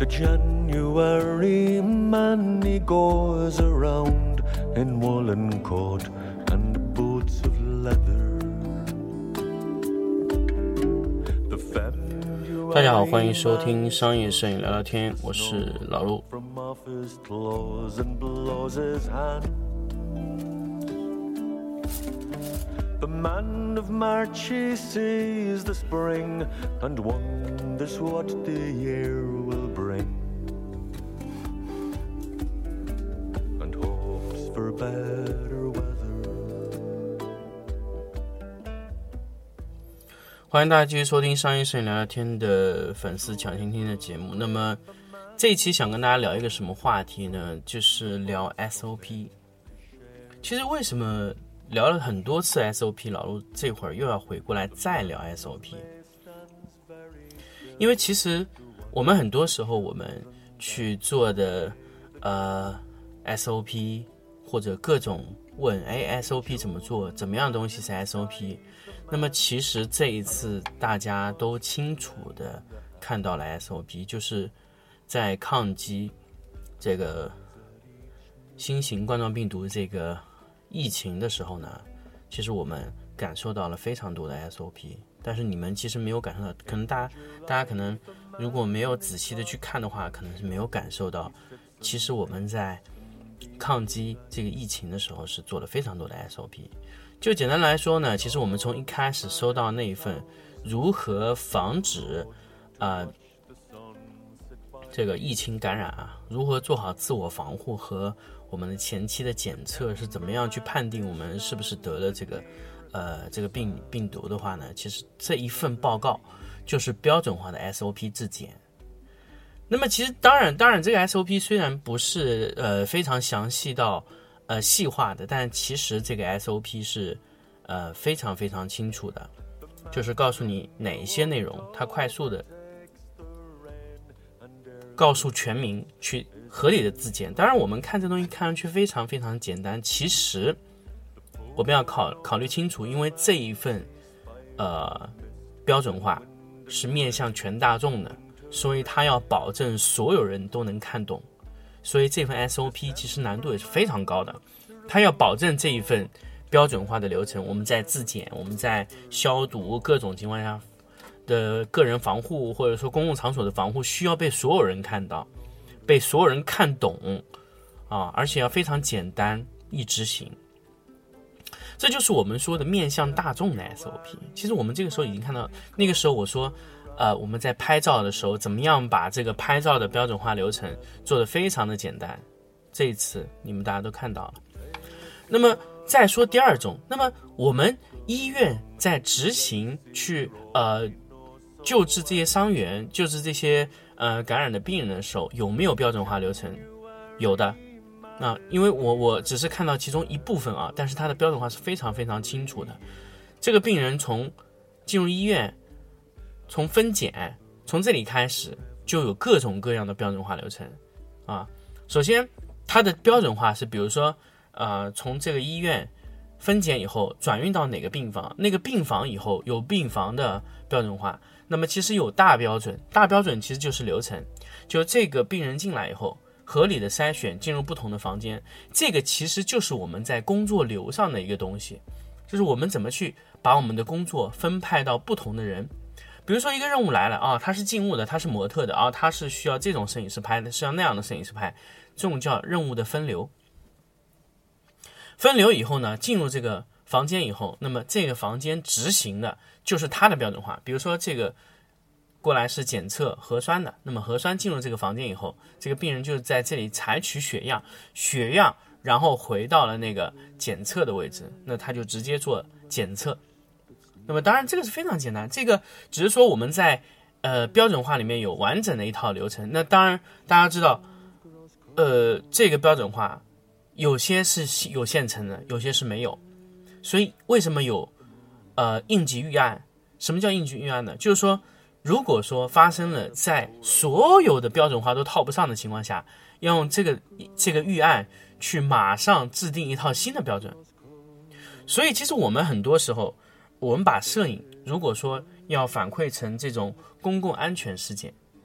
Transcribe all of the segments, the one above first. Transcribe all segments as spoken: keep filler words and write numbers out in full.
The January man, he goes around in woolen coat and boots of leather. The February 大家好，欢迎收听商业摄影聊聊天，我是老陆。 from off his clothes and blows his hand. The man of March, he sees the spring and wonders what the year will bring, and hopes for better weather. 欢迎大家继续收听商业摄影聊聊天的粉丝抢先听的节目。那么这一期想跟大家聊一个什么话题呢？就是聊 S O P。 其实为什么聊了很多次 S O P， 老陆这会儿又要回过来再聊 S O P？ 因为其实我们很多时候我们去做的呃 S O P 或者各种问哎 S O P 怎么做，怎么样的东西是 S O P， 那么其实这一次大家都清楚的看到了 S O P， 就是在抗击这个新型冠状病毒这个疫情的时候呢，其实我们感受到了非常多的 S O P， 但是你们其实没有感受到，可能大家大家可能如果没有仔细的去看的话，可能是没有感受到，其实我们在抗击这个疫情的时候是做了非常多的 S O P。 就简单来说呢，其实我们从一开始收到那一份如何防止呃这个疫情感染啊，如何做好自我防护和我们的前期的检测是怎么样去判定我们是不是得了这个呃这个病病毒的话呢，其实这一份报告就是标准化的 S O P 质检。那么其实当然当然这个 S O P 虽然不是呃非常详细到呃细化的，但其实这个 S O P 是呃非常非常清楚的，就是告诉你哪一些内容，它快速的告诉全民去合理的自检。当然我们看这东西看上去非常非常简单，其实我们要考考虑清楚，因为这一份呃标准化是面向全大众的，所以它要保证所有人都能看懂，所以这份 S O P 其实难度也是非常高的。它要保证这一份标准化的流程，我们在自检，我们在消毒各种情况下的个人防护或者说公共场所的防护需要被所有人看到，被所有人看懂啊，而且要非常简单易执行。这就是我们说的面向大众的 S O P。 其实我们这个时候已经看到，那个时候我说呃，我们在拍照的时候怎么样把这个拍照的标准化流程做得非常的简单，这一次你们大家都看到了。那么再说第二种，那么我们医院在执行去呃救治这些伤员，救治这些呃感染的病人的时候，有没有标准化流程？有的。啊，因为我我只是看到其中一部分啊，但是它的标准化是非常非常清楚的。这个病人从进入医院，从分检，从这里开始就有各种各样的标准化流程啊。首先，它的标准化是，比如说，呃，从这个医院分检以后转运到哪个病房，那个病房以后有病房的标准化。那么其实有大标准，大标准其实就是流程，就这个病人进来以后，合理的筛选进入不同的房间，这个其实就是我们在工作流上的一个东西，就是我们怎么去把我们的工作分派到不同的人。比如说一个任务来了啊，他是静物的，他是模特的啊，他是需要这种摄影师拍的，是要那样的摄影师拍，这种叫任务的分流。分流以后呢，进入这个房间以后，那么这个房间执行的就是它的标准化。比如说这个过来是检测核酸的，那么核酸进入这个房间以后，这个病人就在这里采取血样，血样然后回到了那个检测的位置，那他就直接做检测。那么当然这个是非常简单，这个只是说我们在呃标准化里面有完整的一套流程。那当然大家知道呃这个标准化有些是有现成的，有些是没有，所以为什么有呃应急预案？什么叫应急预案呢？就是说如果说发生了在所有的标准化都套不上的情况下，要用这个这个预案去马上制定一套新的标准。所以其实我们很多时候我们把摄影如果说要反馈成这种公共安全事件，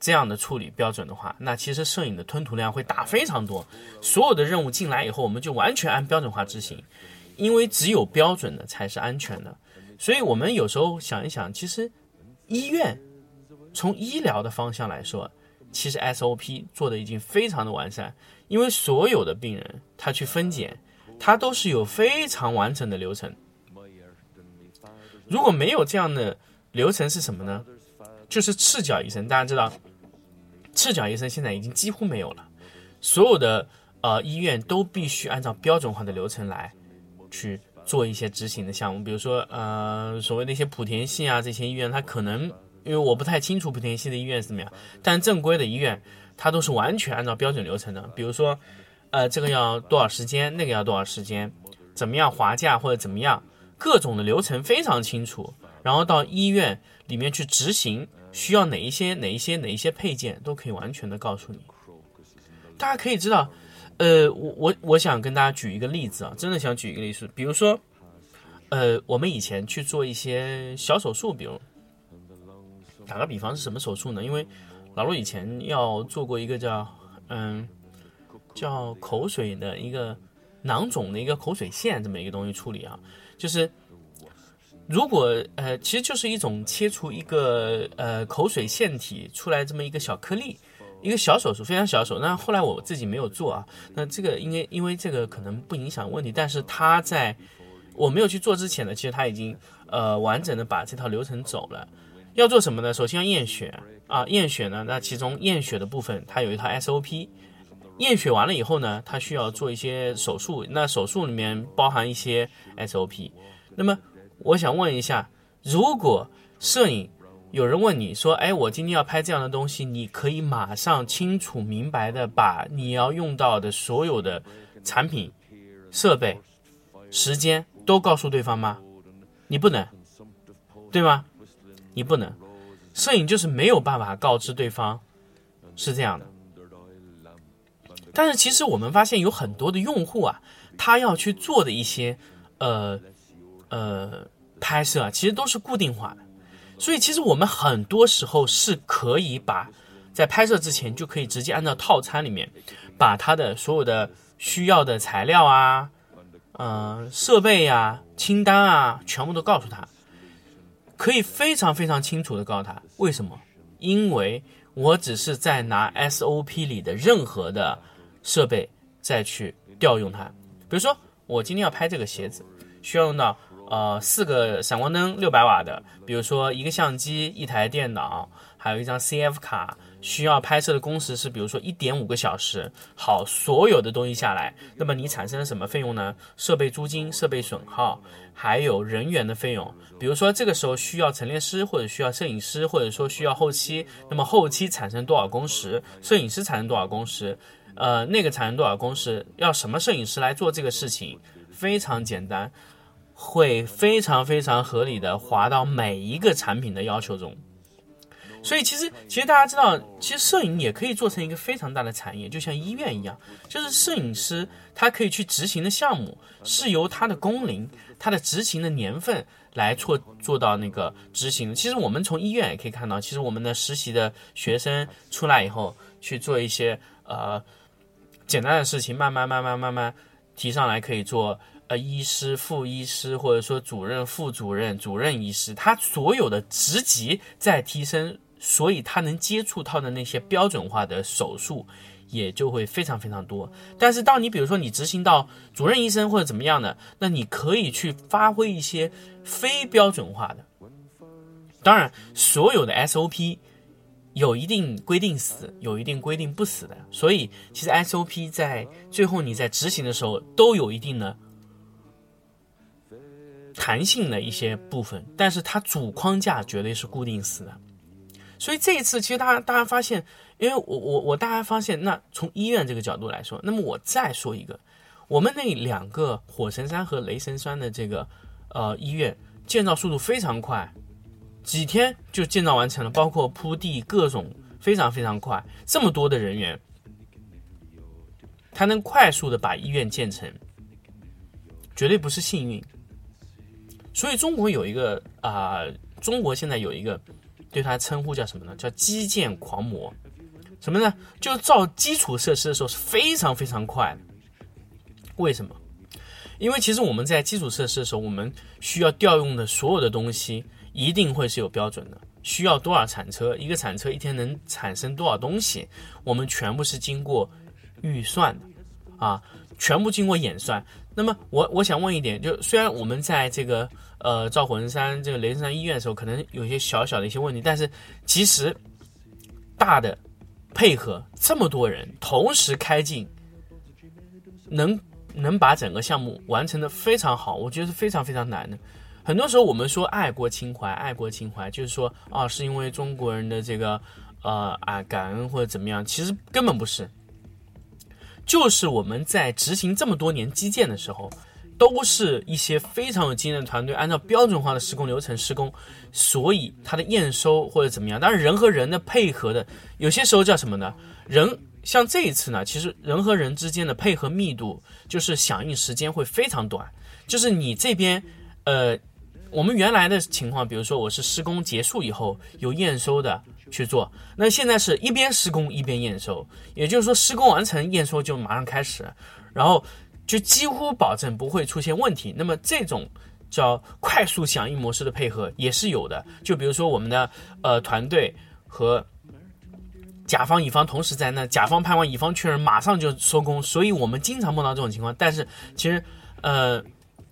这样的处理标准的话，那其实摄影的吞吐量会大非常多。所有的任务进来以后，我们就完全按标准化执行，因为只有标准的才是安全的。所以我们有时候想一想，其实医院从医疗的方向来说，其实 S O P 做的已经非常的完善，因为所有的病人他去分检，他都是有非常完整的流程。如果没有这样的流程是什么呢？就是赤脚医生，大家知道赤脚医生现在已经几乎没有了，所有的呃医院都必须按照标准化的流程来去做一些执行的项目。比如说呃所谓的一些莆田系啊，这些医院它可能，因为我不太清楚莆田系的医院是怎么样，但正规的医院它都是完全按照标准流程的。比如说呃这个要多少时间，那个要多少时间，怎么样划价或者怎么样，各种的流程非常清楚，然后到医院里面去执行需要哪一些哪一些哪一些配件，都可以完全的告诉你。大家可以知道呃我我我想跟大家举一个例子啊，真的想举一个例子。比如说呃我们以前去做一些小手术，比如打个比方是什么手术呢？因为老陆以前要做过一个叫嗯叫口水的一个囊肿的一个口水腺这么一个东西处理啊，就是如果呃其实就是一种切除一个呃口水腺体出来这么一个小颗粒，一个小手术，非常小手。那后来我自己没有做啊，那这个因为因为这个可能不影响问题，但是他在我没有去做之前呢，其实他已经呃完整的把这套流程走了。要做什么呢？首先要验血啊，验血呢，那其中验血的部分它有一套 S O P， 验血完了以后呢，它需要做一些手术，那手术里面包含一些 S O P。 那么我想问一下，如果摄影有人问你说，哎，我今天要拍这样的东西，你可以马上清楚明白的把你要用到的所有的产品、设备、时间都告诉对方吗？你不能，对吗？你不能，摄影就是没有办法告知对方是这样的。但是其实我们发现有很多的用户啊，他要去做的一些呃呃拍摄啊，其实都是固定化的。所以其实我们很多时候是可以把在拍摄之前就可以直接按照套餐里面把他的所有的需要的材料啊、呃设备啊、清单啊全部都告诉他。可以非常非常清楚的告诉他，为什么？因为我只是在拿 S O P 里的任何的设备再去调用它。比如说我今天要拍这个鞋子，需要用到呃四个闪光灯六百瓦的，比如说一个相机、一台电脑，还有一张 C F 卡，需要拍摄的工时是比如说 一点五个小时。好，所有的东西下来，那么你产生了什么费用呢？设备租金、设备损耗，还有人员的费用。比如说这个时候需要陈列师，或者需要摄影师，或者说需要后期，那么后期产生多少工时，摄影师产生多少工时，呃，那个产生多少工时，要什么摄影师来做这个事情，非常简单，会非常非常合理的划到每一个产品的要求中。所以其实其实大家知道，其实摄影也可以做成一个非常大的产业，就像医院一样，就是摄影师他可以去执行的项目是由他的工龄、他的执行的年份来做做到那个执行的。其实我们从医院也可以看到，其实我们的实习的学生出来以后去做一些呃简单的事情，慢慢慢慢慢慢提上来，可以做呃医师、副医师，或者说主任、副主任、主任医师，他所有的职级在提升。所以他能接触到的那些标准化的手术也就会非常非常多。但是当你比如说你执行到主任医生或者怎么样的，那你可以去发挥一些非标准化的。当然所有的 S O P 有一定规定死，有一定规定不死的，所以其实 S O P 在最后你在执行的时候都有一定的弹性的一些部分，但是它主框架绝对是固定死的。所以这一次其实大家大家发现，因为我我我大家发现，那从医院这个角度来说，那么我再说一个，我们那两个火神山和雷神山的这个呃医院建造速度非常快，几天就建造完成了，包括铺地各种非常非常快，这么多的人员，他能快速的把医院建成，绝对不是幸运。所以中国有一个啊、呃，中国现在有一个对他称呼叫什么呢？叫基建狂魔。什么呢？就造基础设施的时候是非常非常快的。为什么？因为其实我们在基础设施的时候，我们需要调用的所有的东西一定会是有标准的，需要多少铲车，一个铲车一天能产生多少东西，我们全部是经过预算的啊，全部经过演算。那么我我想问一点，就虽然我们在这个呃赵魂山这个雷神山医院的时候，可能有一些小小的一些问题，但是其实大的配合这么多人同时开进，能能把整个项目完成的非常好，我觉得是非常非常难的。很多时候我们说爱国情怀，爱国情怀就是说啊，是因为中国人的这个呃啊感恩或者怎么样，其实根本不是。就是我们在执行这么多年基建的时候，都是一些非常有经验的团队，按照标准化的施工流程施工，所以它的验收或者怎么样，当然人和人的配合的，有些时候叫什么呢？人像这一次呢，其实人和人之间的配合密度，就是响应时间会非常短。就是你这边，呃，我们原来的情况，比如说我是施工结束以后有验收的去做，那现在是一边施工一边验收，也就是说施工完成验收就马上开始，然后就几乎保证不会出现问题。那么这种叫快速响应模式的配合也是有的，就比如说我们的呃团队和甲方乙方同时在那，甲方判完乙方确认马上就收工，所以我们经常碰到这种情况。但是其实呃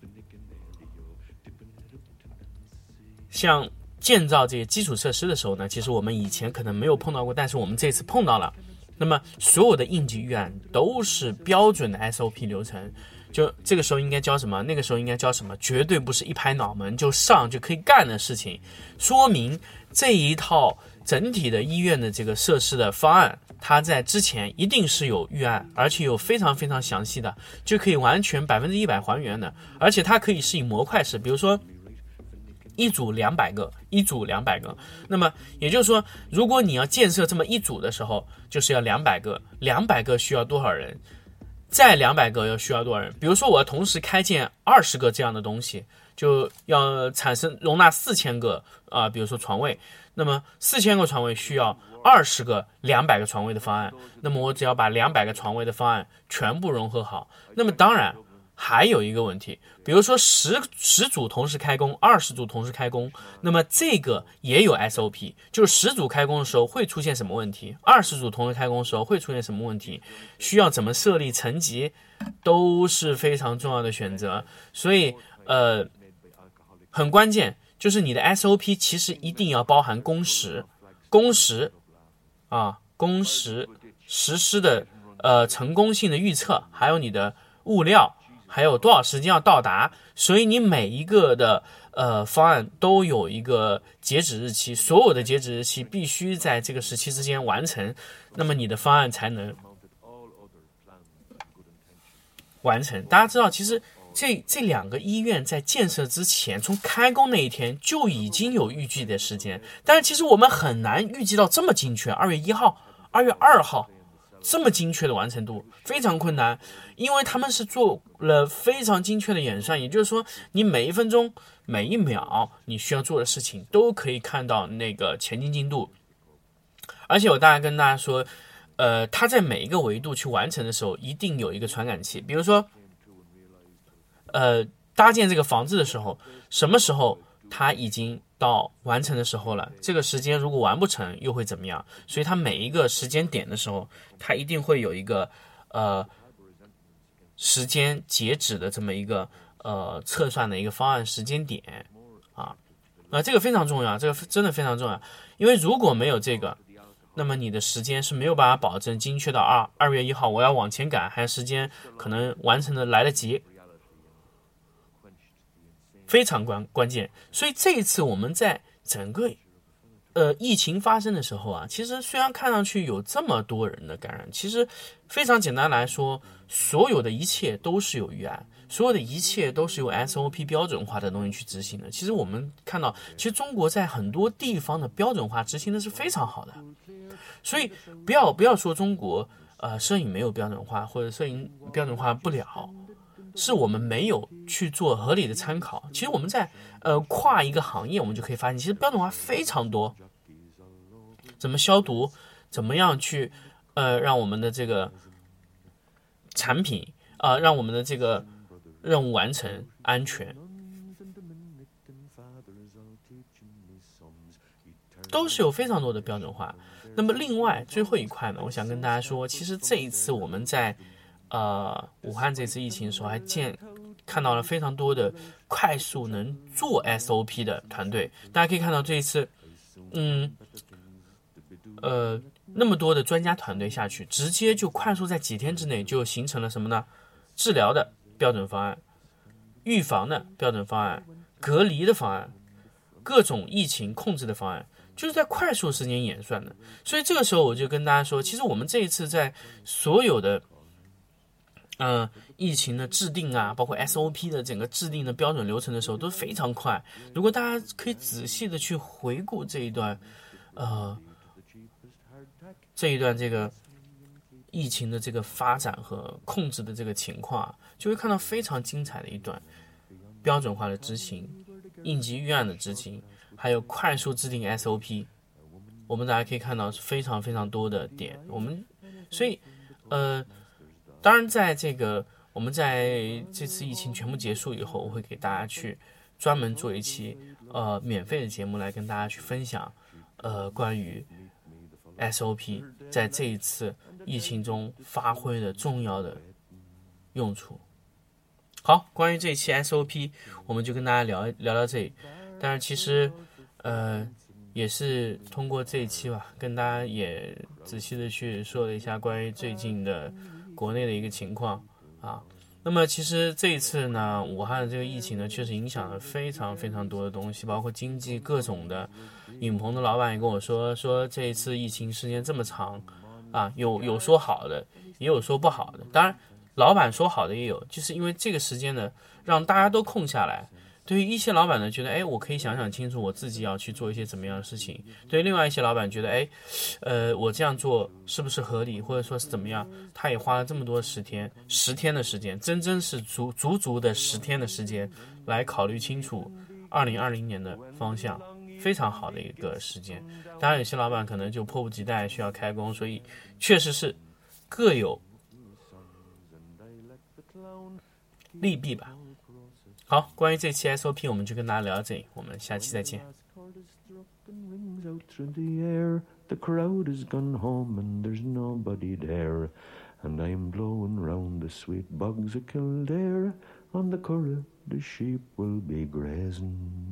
像建造这些基础设施的时候呢，其实我们以前可能没有碰到过，但是我们这次碰到了。那么所有的应急预案都是标准的 S O P 流程，就这个时候应该教什么，那个时候应该教什么，绝对不是一拍脑门就上就可以干的事情。说明这一套整体的医院的这个设施的方案，它在之前一定是有预案，而且有非常非常详细的，就可以完全百分之一百还原的，而且它可以是以模块式，比如说一组两百个，一组两百个。那么也就是说，如果你要建设这么一组的时候，就是要两百个，两百个需要多少人？再两百个要需要多少人？比如说我要同时开建二十个这样的东西，就要产生容纳四千个啊、呃，比如说床位。那么四千个床位需要二十个两百个床位的方案。那么我只要把两百个床位的方案全部融合好。那么当然还有一个问题，比如说十十组同时开工，二十组同时开工，那么这个也有 S O P， 就是十组开工的时候会出现什么问题，二十组同时开工的时候会出现什么问题，需要怎么设立层级，都是非常重要的选择。所以呃，很关键，就是你的 S O P 其实一定要包含工时，工时啊，工时实施的呃成功性的预测，还有你的物料。还有多少时间要到达，所以你每一个的呃方案都有一个截止日期，所有的截止日期必须在这个时期之间完成，那么你的方案才能完成。大家知道，其实这这两个医院在建设之前，从开工那一天就已经有预计的时间，但是其实我们很难预计到这么精确，二月一号、二月二号。这么精确的完成度非常困难，因为他们是做了非常精确的演算，也就是说你每一分钟每一秒你需要做的事情都可以看到那个前进进度。而且我大概跟大家说呃，它在每一个维度去完成的时候一定有一个传感器，比如说呃，搭建这个房子的时候，什么时候它已经到完成的时候了，这个时间如果完不成又会怎么样？所以它每一个时间点的时候，它一定会有一个呃时间截止的这么一个呃测算的一个方案时间点啊，啊，这个非常重要，这个真的非常重要，因为如果没有这个，那么你的时间是没有办法保证精确到二二月一号我要往前赶，还有时间可能完成的来得及。非常关关键，所以这一次我们在整个呃疫情发生的时候啊，其实虽然看上去有这么多人的感染，其实非常简单来说，所有的一切都是有预案，所有的一切都是由 S O P 标准化的东西去执行的。其实我们看到，其实中国在很多地方的标准化执行的是非常好的，所以不要不要说中国呃摄影没有标准化，或者摄影标准化不了。是我们没有去做合理的参考。其实我们在呃跨一个行业，我们就可以发现，其实标准化非常多， 怎么消毒，怎么样去呃让我们的这个产品啊、呃，让我们的这个任务完成安全，都是有非常多的标准化。那么另外最后一块呢，我想跟大家说，其实这一次我们在呃武汉这次疫情的时候，还见看到了非常多的快速能做 S O P 的团队。大家可以看到这一次，嗯，呃，那么多的专家团队下去，直接就快速在几天之内就形成了什么呢？治疗的标准方案、预防的标准方案、隔离的方案、各种疫情控制的方案，就是在快速时间演算的。所以这个时候我就跟大家说，其实我们这一次在所有的嗯、呃，疫情的制定啊，包括 S O P 的整个制定的标准流程的时候都非常快。如果大家可以仔细的去回顾这一段，呃，这一段这个疫情的这个发展和控制的这个情况，就会看到非常精彩的一段标准化的执行、应急预案的执行，还有快速制定 S O P。我们大家可以看到是非常非常多的点。我们所以呃。当然，在这个我们在这次疫情全部结束以后，我会给大家去专门做一期呃免费的节目来跟大家去分享，呃关于 S O P 在这一次疫情中发挥的重要的用处。好，关于这一期 S O P， 我们就跟大家聊聊到这里。但是其实呃也是通过这一期吧，跟大家也仔细的去说了一下关于最近的国内的一个情况啊。那么其实这一次呢，武汉的这个疫情呢，确实影响了非常非常多的东西，包括经济各种的。影棚的老板也跟我说，说这一次疫情时间这么长啊，有有说好的，也有说不好的。当然，老板说好的也有，就是因为这个时间呢，让大家都空下来。对于一些老板呢，觉得哎，我可以想想清楚我自己要去做一些怎么样的事情。对于另外一些老板觉得，哎，呃，我这样做是不是合理，或者说是怎么样？他也花了这么多十天，十天的时间，真真是足足足的十天的时间来考虑清楚二零二零年的方向，非常好的一个时间。当然，有些老板可能就迫不及待需要开工，所以确实是各有利弊吧。好，关于这期 S O P 我们就跟大家聊到这里，我们下期再见。 The crowd has gone home and there's nobody there, and I'm blowing round the sweet bogs of Kildare. On the Curragh the sheep will be grazing.